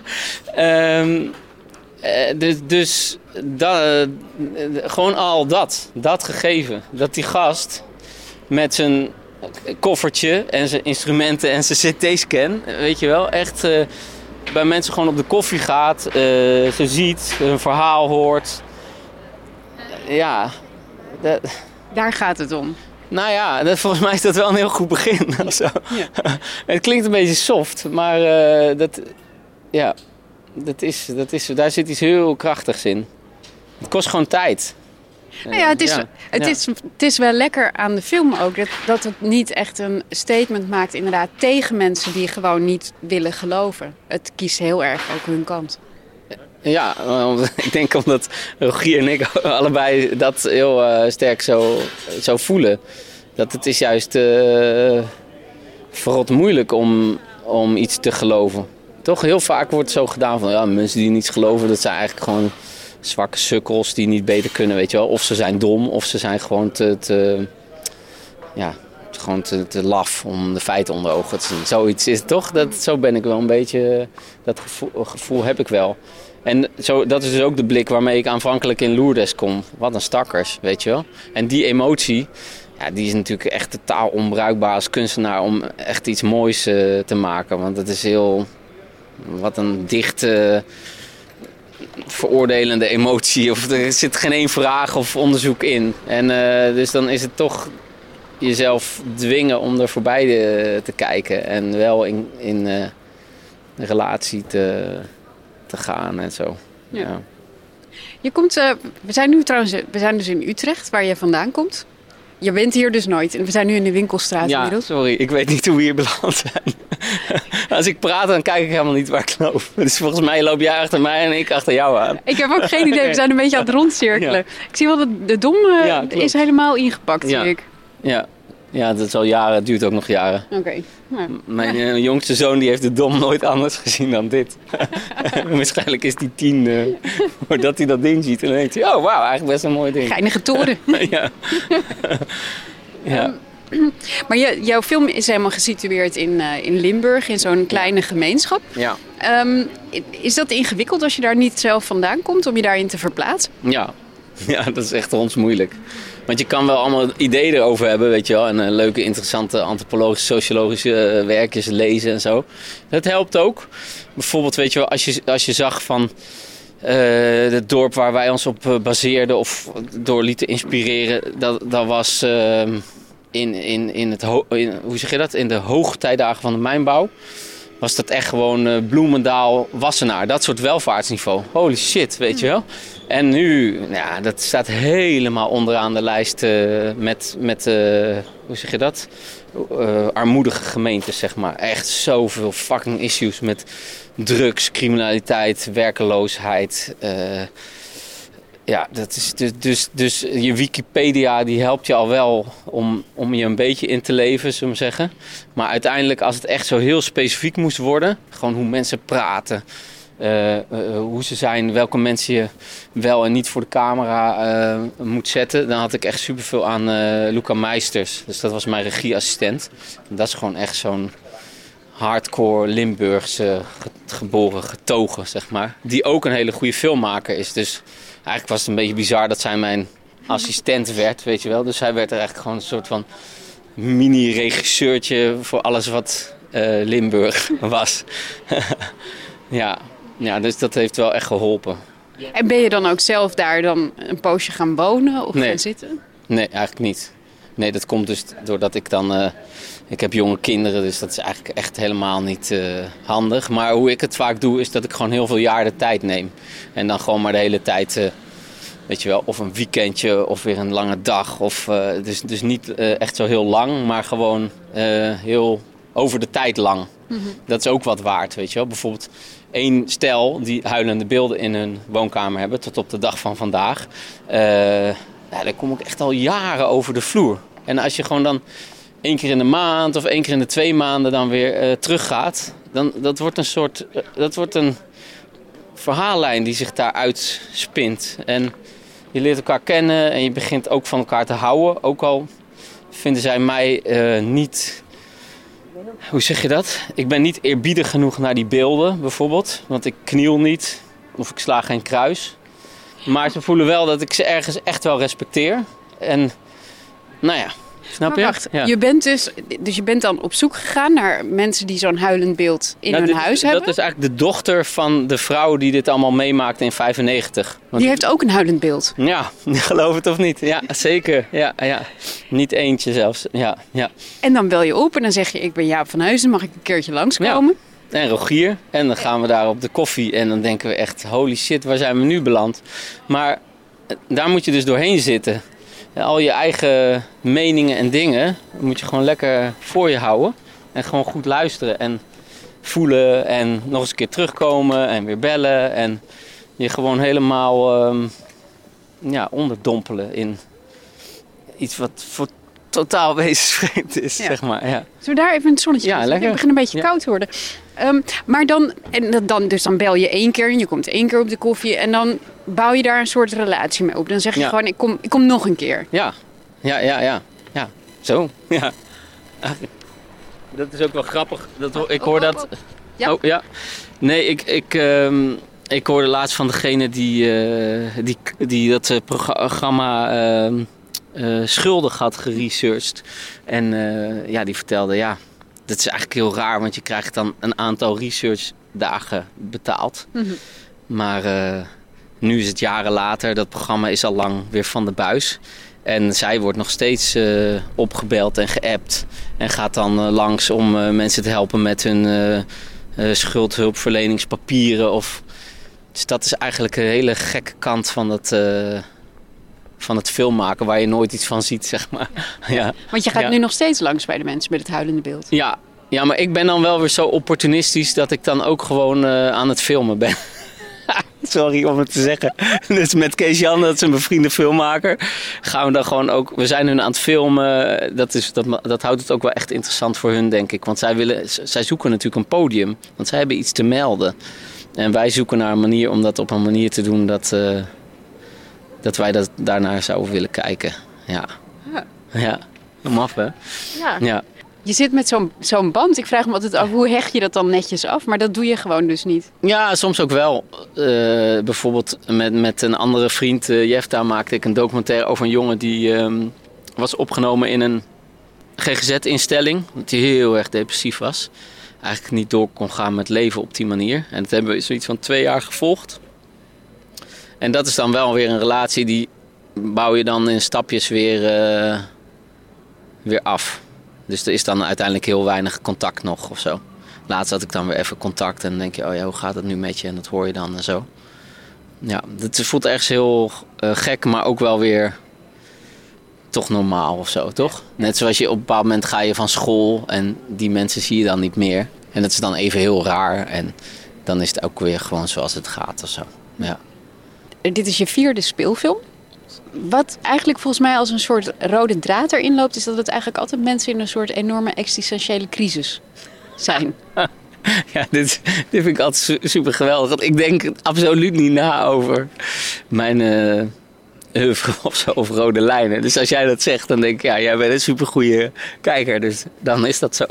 Gewoon al dat gegeven. Dat die gast met zijn koffertje en zijn instrumenten en zijn CT-scan, weet je wel, echt bij mensen gewoon op de koffie gaat, ze ziet, een verhaal hoort. Ja. Daar gaat het om. Nou ja, volgens mij is dat wel een heel goed begin. Ja. Het klinkt een beetje soft, maar daar zit iets heel krachtigs in. Het kost gewoon tijd. Nou ja, het is wel lekker aan de film ook dat het niet echt een statement maakt inderdaad tegen mensen die gewoon niet willen geloven. Het kiest heel erg ook hun kant. Ja, ik denk omdat Rogier en ik allebei dat heel sterk zo voelen. Dat het is juist verrot moeilijk om iets te geloven. Toch heel vaak wordt zo gedaan van mensen die niets geloven, dat zijn eigenlijk gewoon zwakke sukkels die niet beter kunnen, weet je wel. Of ze zijn dom, of ze zijn gewoon te laf om de feiten onder ogen te zien. Zoiets is het toch? Zo ben ik wel een beetje, dat gevoel heb ik wel. En dat is dus ook de blik waarmee ik aanvankelijk in Lourdes kom. Wat een stakkers, weet je wel. En die emotie, die is natuurlijk echt totaal onbruikbaar als kunstenaar om echt iets moois te maken. Want het is wat een dichte, veroordelende emotie. Of er zit geen één vraag of onderzoek in. En dus dan is het toch jezelf dwingen om er voorbij te kijken. En wel in relatie te gaan en zo. Ja. Je komt, we zijn dus in Utrecht, waar je vandaan komt. Je bent hier dus nooit. En we zijn nu in de winkelstraat inmiddels. Sorry, ik weet niet hoe we hier beland zijn. Als ik praat, dan kijk ik helemaal niet waar ik loop. Dus volgens mij loop jij achter mij en ik achter jou aan. Ik heb ook geen idee. We zijn een beetje aan het rondcirkelen. Ja. Ik zie wel dat de dom is helemaal ingepakt, zie ik. Ja, dat is al jaren. Het duurt ook nog jaren. Oké. Mijn jongste zoon die heeft de dom nooit anders gezien dan dit. Waarschijnlijk is die 10 voordat hij dat ding ziet. En dan denkt hij, oh wauw, eigenlijk best een mooi ding. Geinige toren. Ja. Maar jouw film is helemaal gesitueerd in Limburg, in zo'n kleine gemeenschap. Ja. Is dat ingewikkeld als je daar niet zelf vandaan komt, om je daarin te verplaatsen? Ja, dat is echt moeilijk. Want je kan wel allemaal ideeën erover hebben, weet je wel. En leuke, interessante antropologische, sociologische werkjes lezen en zo. Dat helpt ook. Bijvoorbeeld, weet je wel, als je zag van het dorp waar wij ons op baseerden of door lieten inspireren. Dat was hoe zeg je dat? In de hoogtijdagen van de mijnbouw. Was dat echt gewoon Bloemendaal, Wassenaar. Dat soort welvaartsniveau. Holy shit, weet je wel. En nu, dat staat helemaal onderaan de lijst met hoe zeg je dat? Armoedige gemeentes, zeg maar. Echt zoveel fucking issues met drugs, criminaliteit, werkeloosheid. Dat is dus je Wikipedia die helpt je al wel om je een beetje in te leven, zullen we zeggen. Maar uiteindelijk, als het echt zo heel specifiek moest worden, gewoon hoe mensen praten, hoe ze zijn, welke mensen je wel en niet voor de camera moet zetten, dan had ik echt superveel aan Luca Meisters. Dus dat was mijn regieassistent. En dat is gewoon echt zo'n hardcore Limburgse geboren getogen, zeg maar. Die ook een hele goede filmmaker is. Dus eigenlijk was het een beetje bizar dat zij mijn assistent werd, weet je wel. Dus hij werd er eigenlijk gewoon een soort van mini-regisseurtje voor alles wat Limburg was. Ja, dus dat heeft wel echt geholpen. En ben je dan ook zelf daar dan een poosje gaan wonen of gaan zitten? Nee, eigenlijk niet. Nee, dat komt dus doordat ik dan... ik heb jonge kinderen, dus dat is eigenlijk echt helemaal niet handig. Maar hoe ik het vaak doe, is dat ik gewoon heel veel jaar de tijd neem. En dan gewoon maar de hele tijd Weet je wel, of een weekendje of weer een lange dag. Dus niet echt zo heel lang, maar gewoon heel over de tijd lang. Mm-hmm. Dat is ook wat waard, weet je wel. Bijvoorbeeld 1 stel die huilende beelden in hun woonkamer hebben tot op de dag van vandaag. Daar kom ik echt al jaren over de vloer. En als je gewoon dan 1 keer in de maand of 1 keer in de 2 maanden dan weer teruggaat, dan dat wordt een verhaallijn die zich daar uitspint. En je leert elkaar kennen en je begint ook van elkaar te houden. Ook al vinden zij mij niet... Hoe zeg je dat? Ik ben niet eerbiedig genoeg naar die beelden bijvoorbeeld. Want ik kniel niet of ik sla geen kruis. Maar ze voelen wel dat ik ze ergens echt wel respecteer. En nou ja, snap je? Wacht, ja. Je bent dus je bent dan op zoek gegaan naar mensen die zo'n huilend beeld in hun huis hebben? Dat is eigenlijk de dochter van de vrouw die dit allemaal meemaakte in 1995. Die heeft ook een huilend beeld? Ja, geloof het of niet. Ja, zeker. Ja. Niet eentje zelfs. Ja. En dan bel je op en dan zeg je, ik ben Jaap van Huizen, mag ik een keertje langskomen? Ja. En Rogier. En dan gaan we daar op de koffie en dan denken we echt, holy shit, waar zijn we nu beland? Maar daar moet je dus doorheen zitten. Al je eigen meningen en dingen moet je gewoon lekker voor je houden. En gewoon goed luisteren en voelen en nog eens een keer terugkomen en weer bellen. En je gewoon helemaal onderdompelen in iets wat voor totaal wezensvreemd is, zeg maar. Ja. Zullen we daar even een zonnetje zetten? Het begint een beetje koud te worden. Maar dan bel je 1 keer en je komt 1 keer op de koffie en dan bouw je daar een soort relatie mee op. Dan zeg je gewoon, ik kom nog een keer. Ja. Zo. Ja. Dat is ook wel grappig. Ik hoor dat... Ja. Oh, ja. Nee, ik hoorde laatst van degene die dat programma Schuldig had geresearched. En die vertelde, dat is eigenlijk heel raar, want je krijgt dan een aantal researchdagen betaald. Mm-hmm. Maar nu is het jaren later, dat programma is al lang weer van de buis. En zij wordt nog steeds opgebeld en geappt. En gaat dan langs om mensen te helpen met hun schuldhulpverleningspapieren. Dus dat is eigenlijk een hele gekke kant van het filmmaken, waar je nooit iets van ziet, zeg maar. Ja. Want je gaat nu nog steeds langs bij de mensen met het huilende beeld. Ja, maar ik ben dan wel weer zo opportunistisch dat ik dan ook gewoon aan het filmen ben. Sorry om het te zeggen. Dus met Kees Jan, dat is een bevriende filmmaker, gaan we dan gewoon ook... We zijn hun aan het filmen. Dat houdt het ook wel echt interessant voor hun, denk ik. Want zij zoeken natuurlijk een podium. Want zij hebben iets te melden. En wij zoeken naar een manier om dat op een manier te doen dat wij daarnaar zouden willen kijken. Ja. Maf, hè? Ja. Je zit met zo'n band. Ik vraag me altijd af, hoe hecht je dat dan netjes af? Maar dat doe je gewoon dus niet. Ja, soms ook wel. Bijvoorbeeld met een andere vriend, Jefta, maakte ik een documentaire over een jongen die was opgenomen in een GGZ-instelling. Dat hij heel erg depressief was. Eigenlijk niet door kon gaan met leven op die manier. En dat hebben we zoiets van 2 jaar gevolgd. En dat is dan wel weer een relatie die bouw je dan in stapjes weer af. Dus er is dan uiteindelijk heel weinig contact nog of zo. Laatst had ik dan weer even contact en dan denk je, hoe gaat het nu met je? En dat hoor je dan en zo. Ja, het voelt ergens heel gek, maar ook wel weer toch normaal of zo, toch? Net zoals je op een bepaald moment ga je van school en die mensen zie je dan niet meer. En dat is dan even heel raar en dan is het ook weer gewoon zoals het gaat of zo. Ja. Dit is je 4e speelfilm. Wat eigenlijk volgens mij als een soort rode draad erin loopt, is dat het eigenlijk altijd mensen in een soort enorme existentiële crisis zijn. Ja, dit vind ik altijd super geweldig. Want ik denk absoluut niet na over mijn oeuvre of zo, of rode lijnen. Dus als jij dat zegt, dan denk ik, jij bent een supergoeie kijker. Dus dan is dat zo.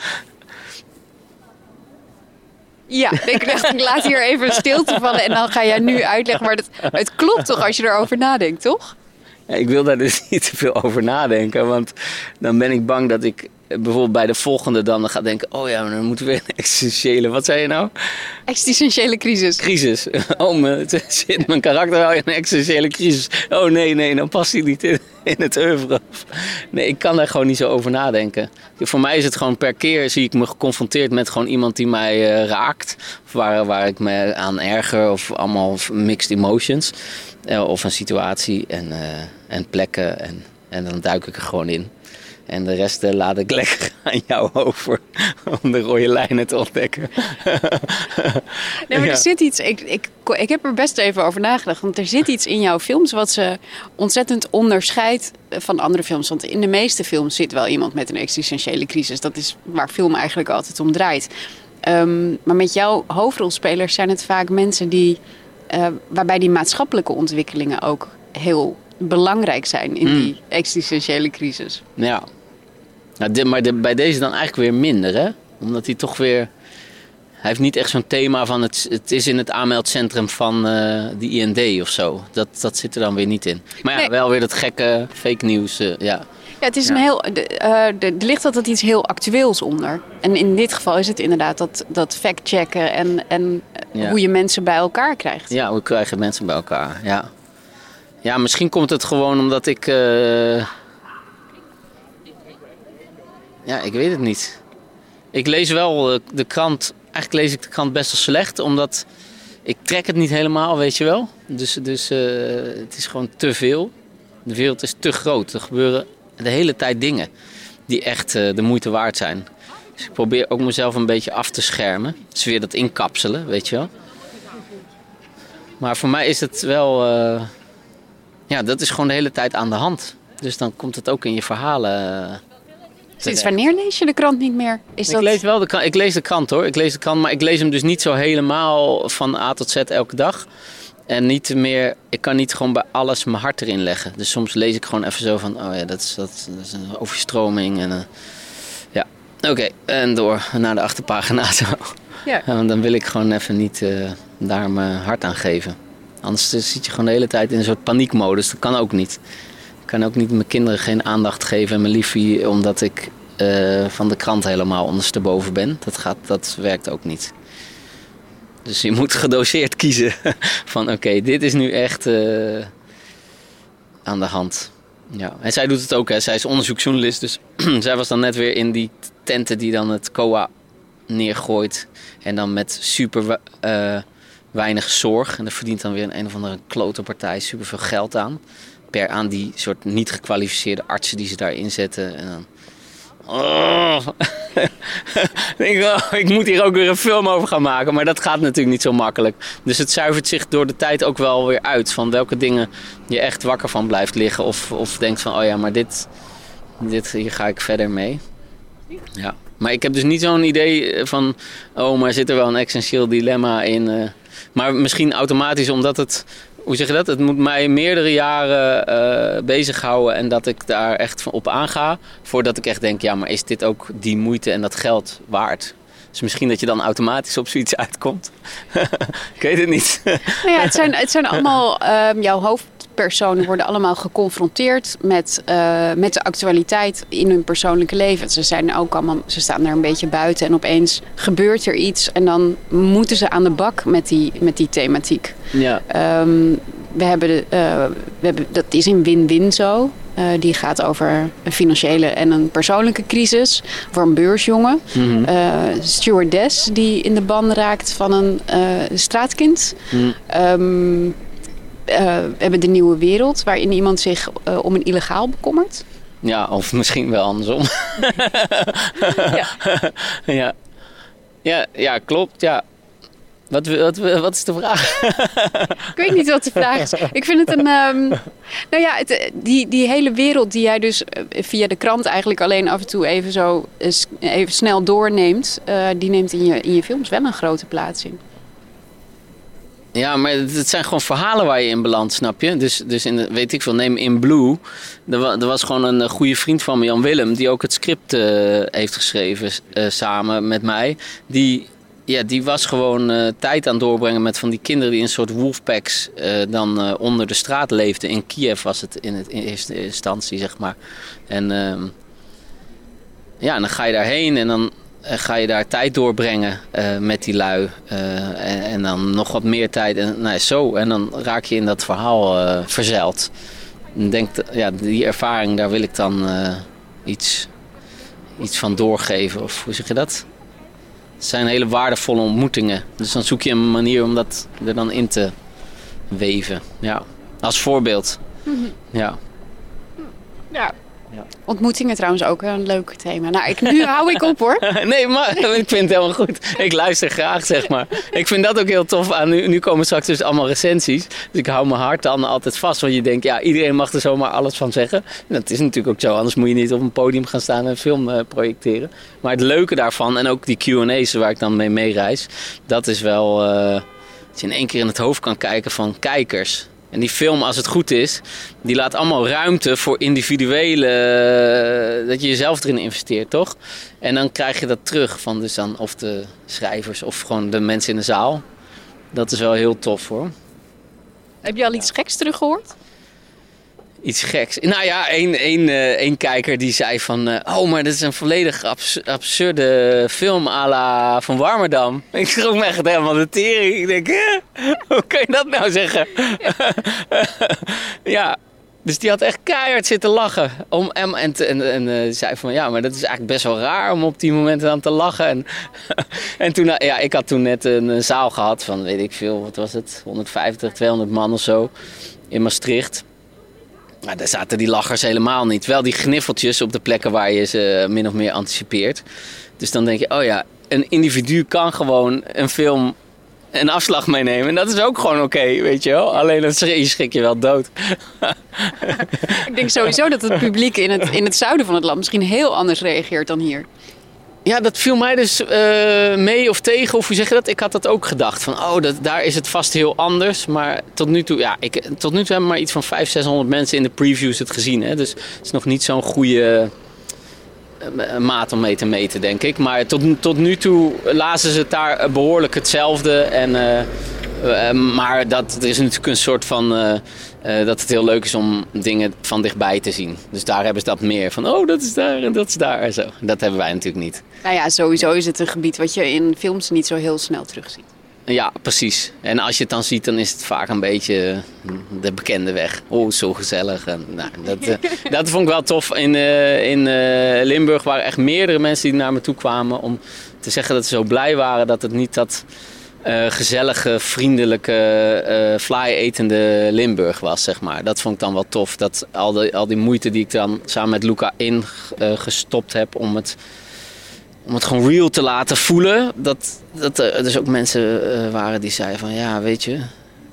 Ja, ik laat hier even stilte vallen en dan ga jij nu uitleggen. Maar het klopt toch als je erover nadenkt, toch? Ja, ik wil daar dus niet te veel over nadenken. Want dan ben ik bang dat ik bijvoorbeeld bij de volgende dan gaat denken... oh ja, maar dan moeten we weer een existentiële... Wat zei je nou? Existentiële crisis. Crisis. Oh, mijn karakter wel in een existentiële crisis. Oh nee, dan past hij niet in het oeuvre. Nee, ik kan daar gewoon niet zo over nadenken. Voor mij is het gewoon per keer zie ik me geconfronteerd met gewoon iemand die mij raakt. Of waar ik me aan erger of allemaal mixed emotions. Of een situatie en plekken en dan duik ik er gewoon in. En de rest laat ik lekker aan jou over om de rode lijnen te ontdekken. Nee, maar er zit iets... Ik heb er best even over nagedacht. Want er zit iets in jouw films wat ze ontzettend onderscheidt van andere films. Want in de meeste films zit wel iemand met een existentiële crisis. Dat is waar film eigenlijk altijd om draait. Maar met jouw hoofdrolspelers zijn het vaak mensen die... waarbij die maatschappelijke ontwikkelingen ook heel... belangrijk zijn in die existentiële crisis. Ja. Maar bij deze dan eigenlijk weer minder, hè? Omdat hij toch weer... Hij heeft niet echt zo'n thema van... Het is in het aanmeldcentrum van de IND of zo. Dat zit er dan weer niet in. Maar ja, nee. Wel weer dat gekke fake nieuws, ja. Ja, het is een heel... Er ligt altijd iets heel actueels onder. En in dit geval is het inderdaad dat fact-checken en hoe je mensen bij elkaar krijgt. Ja, hoe krijg je mensen bij elkaar, ja. Ja, misschien komt het gewoon omdat ik... Ja, ik weet het niet. Ik lees wel de krant... Eigenlijk lees ik de krant best wel slecht, omdat... Ik trek het niet helemaal, weet je wel. Dus het is gewoon te veel. De wereld is te groot. Er gebeuren de hele tijd dingen die echt de moeite waard zijn. Dus ik probeer ook mezelf een beetje af te schermen. Dus weer dat inkapselen, weet je wel. Maar voor mij is het wel... Ja, dat is gewoon de hele tijd aan de hand. Dus dan komt het ook in je verhalen. Sinds wanneer lees je de krant niet meer? Ik lees de krant hoor. Ik lees de krant, maar ik lees hem dus niet zo helemaal van A tot Z elke dag. En niet meer, ik kan niet gewoon bij alles mijn hart erin leggen. Dus soms lees ik gewoon even zo van, oh ja, dat is een overstroming. En, ja, oké. En door naar de achterpagina zo. Ja. Want dan wil ik gewoon even niet daar mijn hart aan geven. Anders zit je gewoon de hele tijd in een soort paniekmodus. Dat kan ook niet. Ik kan ook niet mijn kinderen geen aandacht geven en mijn liefie... omdat ik van de krant helemaal ondersteboven ben. Dat werkt ook niet. Dus je moet gedoseerd kiezen. Van oké, dit is nu echt aan de hand. Ja. En zij doet het ook. Hè. Zij is onderzoeksjournalist. Dus zij was dan net weer in die tenten die dan het COA neergooit. En dan met super... weinig zorg. En daar verdient dan weer een of andere klote partij superveel geld aan. Aan die soort niet gekwalificeerde artsen die ze daar inzetten. En dan... ik moet hier ook weer een film over gaan maken. Maar dat gaat natuurlijk niet zo makkelijk. Dus het zuivert zich door de tijd ook wel weer uit. Van welke dingen je echt wakker van blijft liggen. Of denkt van, oh ja, maar dit hier ga ik verder mee. Ja. Maar ik heb dus niet zo'n idee van... oh, maar zit er wel een essentieel dilemma in... Maar misschien automatisch omdat het... Hoe zeg je dat? Het moet mij meerdere jaren bezighouden... en dat ik daar echt op aanga... voordat ik echt denk... ja, maar is dit ook die moeite en dat geld waard? Dus misschien dat je dan automatisch op zoiets uitkomt. Ik weet het niet. Nou ja, het zijn allemaal... jouw hoofdpersonen worden allemaal geconfronteerd... met de actualiteit in hun persoonlijke leven. Ze staan er een beetje buiten... en opeens gebeurt er iets... en dan moeten ze aan de bak met die thematiek. Ja. We hebben dat is in Win-Win zo... die gaat over een financiële en een persoonlijke crisis. Voor een beursjongen. Mm-hmm. Stewardess die in de ban raakt van een straatkind. Mm. We hebben De Nieuwe Wereld, waarin iemand zich om een illegaal bekommert. Ja, of misschien wel andersom. Ja, klopt. Ja. Wat is de vraag? Ik weet niet wat de vraag is. Ik vind het een... die hele wereld die jij dus via de krant eigenlijk alleen af en toe even snel doorneemt... die neemt in je films wel een grote plaats in. Ja, maar het zijn gewoon verhalen waar je in belandt, snap je? Dus weet ik veel, neem In Blue. Er was gewoon een goede vriend van me, Jan Willem... die ook het script heeft geschreven samen met mij... Die was gewoon tijd aan het doorbrengen met van die kinderen die in een soort wolfpacks dan onder de straat leefden. In Kiev was het in eerste instantie, zeg maar. En en dan ga je daarheen en dan ga je daar tijd doorbrengen met die lui. En dan nog wat meer tijd. En zo. En dan raak je in dat verhaal verzeild. En denk, die ervaring, daar wil ik dan iets van doorgeven. Of hoe zeg je dat? Het zijn hele waardevolle ontmoetingen. Dus dan zoek je een manier om dat er dan in te weven. Ja. Als voorbeeld. Mm-hmm. Ja. Ontmoetingen trouwens ook een leuk thema. Nou, nu hou ik op hoor. Nee, maar ik vind het helemaal goed. Ik luister graag, zeg maar. Ik vind dat ook heel tof aan. Nu komen straks dus allemaal recensies. Dus ik hou mijn hart dan altijd vast. Want je denkt, iedereen mag er zomaar alles van zeggen. En dat is natuurlijk ook zo. Anders moet je niet op een podium gaan staan en een film projecteren. Maar het leuke daarvan, en ook die Q&A's waar ik dan mee meereis. Dat is wel dat je in één keer in het hoofd kan kijken van kijkers. En die film, als het goed is, die laat allemaal ruimte voor individuele... dat je jezelf erin investeert, toch? En dan krijg je dat terug van dus dan of de schrijvers of gewoon de mensen in de zaal. Dat is wel heel tof, hoor. Heb je al iets geks teruggehoord? Iets geks. Nou ja, één kijker die zei van... maar dit is een volledig absurde film à la Van Warmerdam. Ik schrok me echt helemaal de tering. Ik denk, hoe kan je dat nou zeggen? Ja, dus die had echt keihard zitten lachen. En zei van, maar dat is eigenlijk best wel raar om op die momenten dan te lachen. En toen, ik had toen net een zaal gehad van, weet ik veel, wat was het? 150, 200 man of zo in Maastricht. Maar daar zaten die lachers helemaal niet. Wel die gniffeltjes op de plekken waar je ze min of meer anticipeert. Dus dan denk je, een individu kan gewoon een film een afslag meenemen. En dat is ook gewoon oké, weet je wel. Alleen dan schrik je wel dood. Ik denk sowieso dat het publiek in het zuiden van het land misschien heel anders reageert dan hier. Ja, dat viel mij dus mee of tegen, of hoe zeg je dat? Ik had dat ook gedacht, van daar is het vast heel anders. Maar tot nu toe hebben maar iets van 500-600 mensen in de previews het gezien. Hè? Dus het is nog niet zo'n goede maat om mee te meten, denk ik. Maar tot nu toe lazen ze het daar behoorlijk hetzelfde. Maar dat er is natuurlijk een soort van... dat het heel leuk is om dingen van dichtbij te zien. Dus daar hebben ze dat meer van, dat is daar en dat is daar en zo. Dat hebben wij natuurlijk niet. Nou ja, sowieso is het een gebied wat je in films niet zo heel snel terugziet. Ja, precies. En als je het dan ziet, dan is het vaak een beetje de bekende weg. Zo gezellig. En, dat vond ik wel tof. In Limburg waren echt meerdere mensen die naar me toe kwamen om te zeggen dat ze zo blij waren dat het niet dat... gezellige, vriendelijke, fly-etende Limburg was, zeg maar. Dat vond ik dan wel tof. Dat al die moeite die ik dan samen met Luca ingestopt heb om het gewoon real te laten voelen. Dat er dus ook mensen waren die zeiden van, weet je,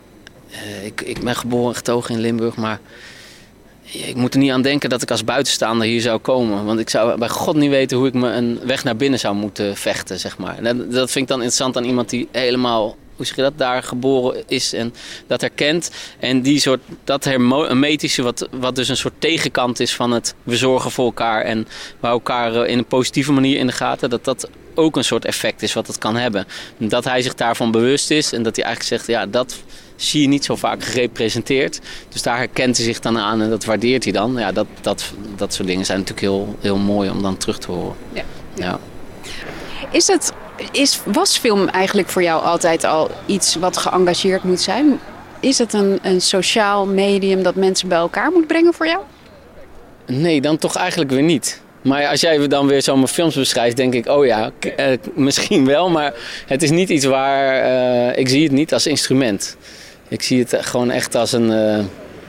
ik ben geboren en getogen in Limburg, maar ik moet er niet aan denken dat ik als buitenstaander hier zou komen. Want ik zou bij God niet weten hoe ik me een weg naar binnen zou moeten vechten, zeg maar. En dat vind ik dan interessant aan iemand die helemaal, hoe zeg je dat, daar geboren is en dat herkent. En dat hermetische, wat dus een soort tegenkant is van het we zorgen voor elkaar en we elkaar in een positieve manier in de gaten, dat ook een soort effect is wat het kan hebben. Dat hij zich daarvan bewust is en dat hij eigenlijk zegt, dat zie je niet zo vaak gerepresenteerd. Dus daar herkent hij zich dan aan en dat waardeert hij dan. Ja, dat soort dingen zijn natuurlijk heel, heel mooi om dan terug te horen. Ja. Was film eigenlijk voor jou altijd al iets wat geëngageerd moet zijn? Is het een sociaal medium dat mensen bij elkaar moet brengen voor jou? Nee, dan toch eigenlijk weer niet. Maar als jij dan weer zo mijn films beschrijft, denk ik, misschien wel. Maar het is niet iets waar... ik zie het niet als instrument. Ik zie het gewoon echt als een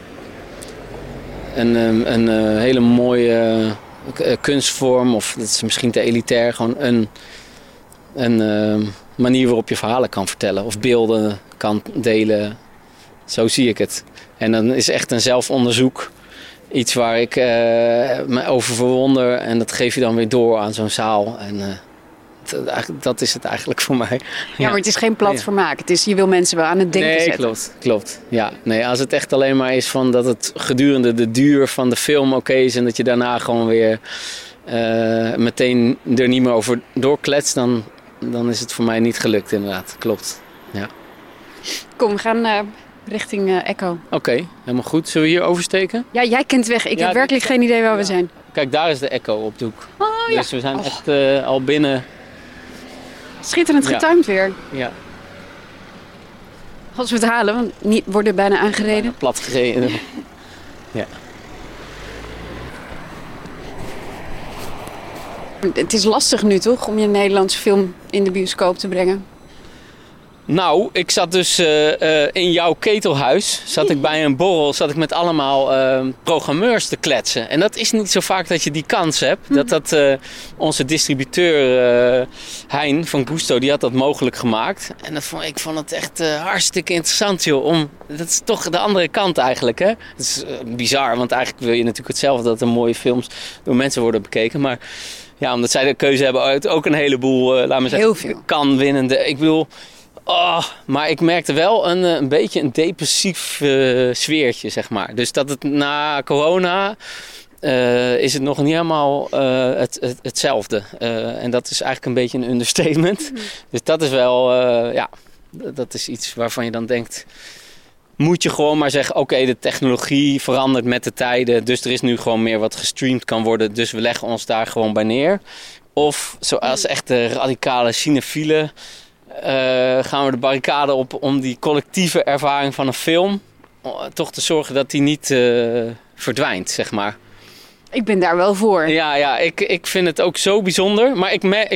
hele mooie kunstvorm. Of dat is misschien te elitair. Gewoon een manier waarop je verhalen kan vertellen. Of beelden kan delen. Zo zie ik het. En dan is echt een zelfonderzoek iets waar ik me over verwonder. En dat geef je dan weer door aan zo'n zaal. En dat is het eigenlijk voor mij. Ja, maar het is geen plat vermaak. Het is, je wil mensen wel aan het denken zetten. Nee, klopt. Ja, nee, als het echt alleen maar is van dat het gedurende de duur van de film oké is en dat je daarna gewoon weer meteen er niet meer over doorkletst, dan is het voor mij niet gelukt inderdaad. Klopt, ja. Kom, we gaan richting Echo. Oké, helemaal goed. Zullen we hier oversteken? Ja, jij kent weg. Ik heb werkelijk geen idee waar we zijn. Kijk, daar is de Echo op de hoek. Oh, ja. Dus we zijn echt al binnen. Schitterend getimed weer. Ja. Als we het halen, want niet worden bijna aangereden. Bijna plat gereden. Ja. Het is lastig nu toch, om je Nederlandse film in de bioscoop te brengen? Nou, ik zat dus in jouw ketelhuis. Zat ik bij een borrel, zat ik met allemaal programmeurs te kletsen. En dat is niet zo vaak dat je die kans hebt. Dat onze distributeur Hein van Gusto, die had dat mogelijk gemaakt. En ik vond het echt hartstikke interessant, joh. Dat is toch de andere kant eigenlijk, hè. Het is bizar, want eigenlijk wil je natuurlijk hetzelfde, dat er mooie films door mensen worden bekeken. Maar ja, omdat zij de keuze hebben uit ook een heleboel, laat maar zeggen, kan winnende. Ik bedoel... maar ik merkte wel een beetje een depressief sfeertje, zeg maar. Dus dat het na corona is het nog niet helemaal hetzelfde. En dat is eigenlijk een beetje een understatement. Dus dat is wel, dat is iets waarvan je dan denkt... Moet je gewoon maar zeggen, oké, de technologie verandert met de tijden. Dus er is nu gewoon meer wat gestreamd kan worden. Dus we leggen ons daar gewoon bij neer. Of zoals echte radicale cinefielen... gaan we de barricade op om die collectieve ervaring van een film... toch te zorgen dat die niet verdwijnt, zeg maar. Ik ben daar wel voor. Ja, ik vind het ook zo bijzonder. Maar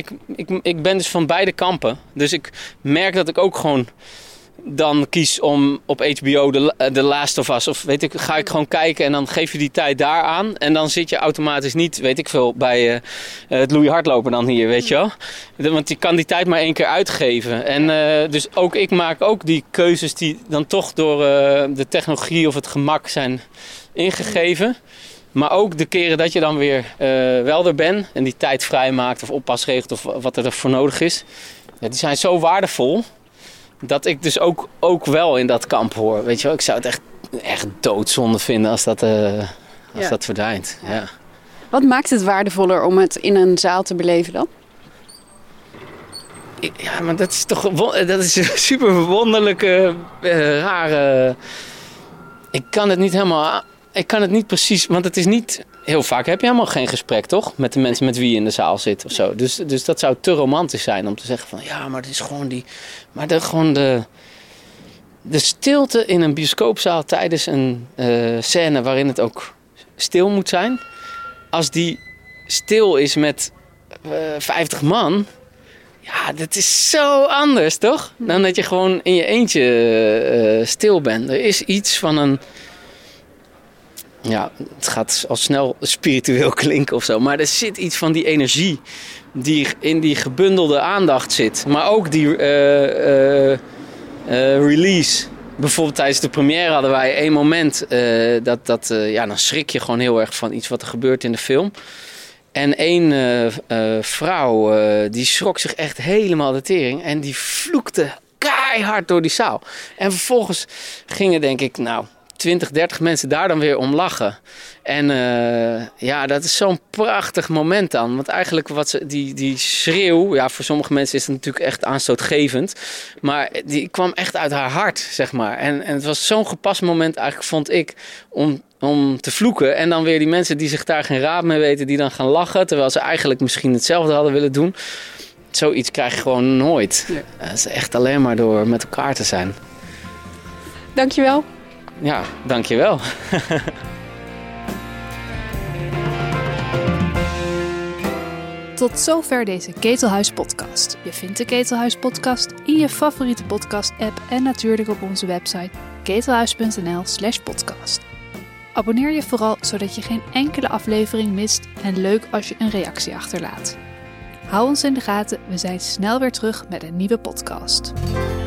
ik ben dus van beide kampen. Dus ik merk dat ik ook gewoon... dan kies om op HBO The Last of Us... of weet ik, ga ik gewoon kijken en dan geef je die tijd daar aan... en dan zit je automatisch niet, weet ik veel... bij het Louis Hardlopen dan hier, weet je wel. Want je kan die tijd maar 1 keer uitgeven. En dus ook ik maak ook die keuzes... die dan toch door de technologie of het gemak zijn ingegeven... Maar ook de keren dat je dan weer wel er bent... en die tijd vrijmaakt of oppas regelt... of wat er voor nodig is... Ja, die zijn zo waardevol... dat ik dus ook wel in dat kamp hoor. Weet je wel, ik zou het echt doodzonde vinden als dat verdwijnt. Ja. Wat maakt het waardevoller om het in een zaal te beleven dan? Ja, maar dat is toch een super verwonderlijke, rare... Ik kan het niet precies, want het is niet... Heel vaak heb je helemaal geen gesprek, toch? Met de mensen met wie je in de zaal zit of zo. Dus dat zou te romantisch zijn om te zeggen van... Ja, maar het is gewoon die... Maar de stilte in een bioscoopzaal tijdens een scène waarin het ook stil moet zijn... Als die stil is met 50 man... Ja, dat is zo anders, toch? Dan dat je gewoon in je eentje stil bent. Er is iets van een... Ja, het gaat al snel spiritueel klinken of zo. Maar er zit iets van die energie die in die gebundelde aandacht zit. Maar ook die release. Bijvoorbeeld tijdens de première hadden wij 1 moment... dan schrik je gewoon heel erg van iets wat er gebeurt in de film. En 1 vrouw, die schrok zich echt helemaal de tering. En die vloekte keihard door die zaal. En vervolgens gingen, denk ik, 20, 30 mensen daar dan weer om lachen. En dat is zo'n prachtig moment dan. Want eigenlijk die schreeuw... Ja, voor sommige mensen is het natuurlijk echt aanstootgevend. Maar die kwam echt uit haar hart, zeg maar. En het was zo'n gepast moment eigenlijk, vond ik... om te vloeken. En dan weer die mensen die zich daar geen raad mee weten... die dan gaan lachen, terwijl ze eigenlijk misschien hetzelfde hadden willen doen. Zoiets krijg je gewoon nooit. Ja. Het is echt alleen maar door met elkaar te zijn. Dankjewel. Ja, dankjewel. Tot zover deze Ketelhuis podcast. Je vindt de Ketelhuis podcast in je favoriete podcast app en natuurlijk op onze website ketelhuis.nl/podcast. Abonneer je vooral zodat je geen enkele aflevering mist en leuk als je een reactie achterlaat. Hou ons in de gaten, we zijn snel weer terug met een nieuwe podcast.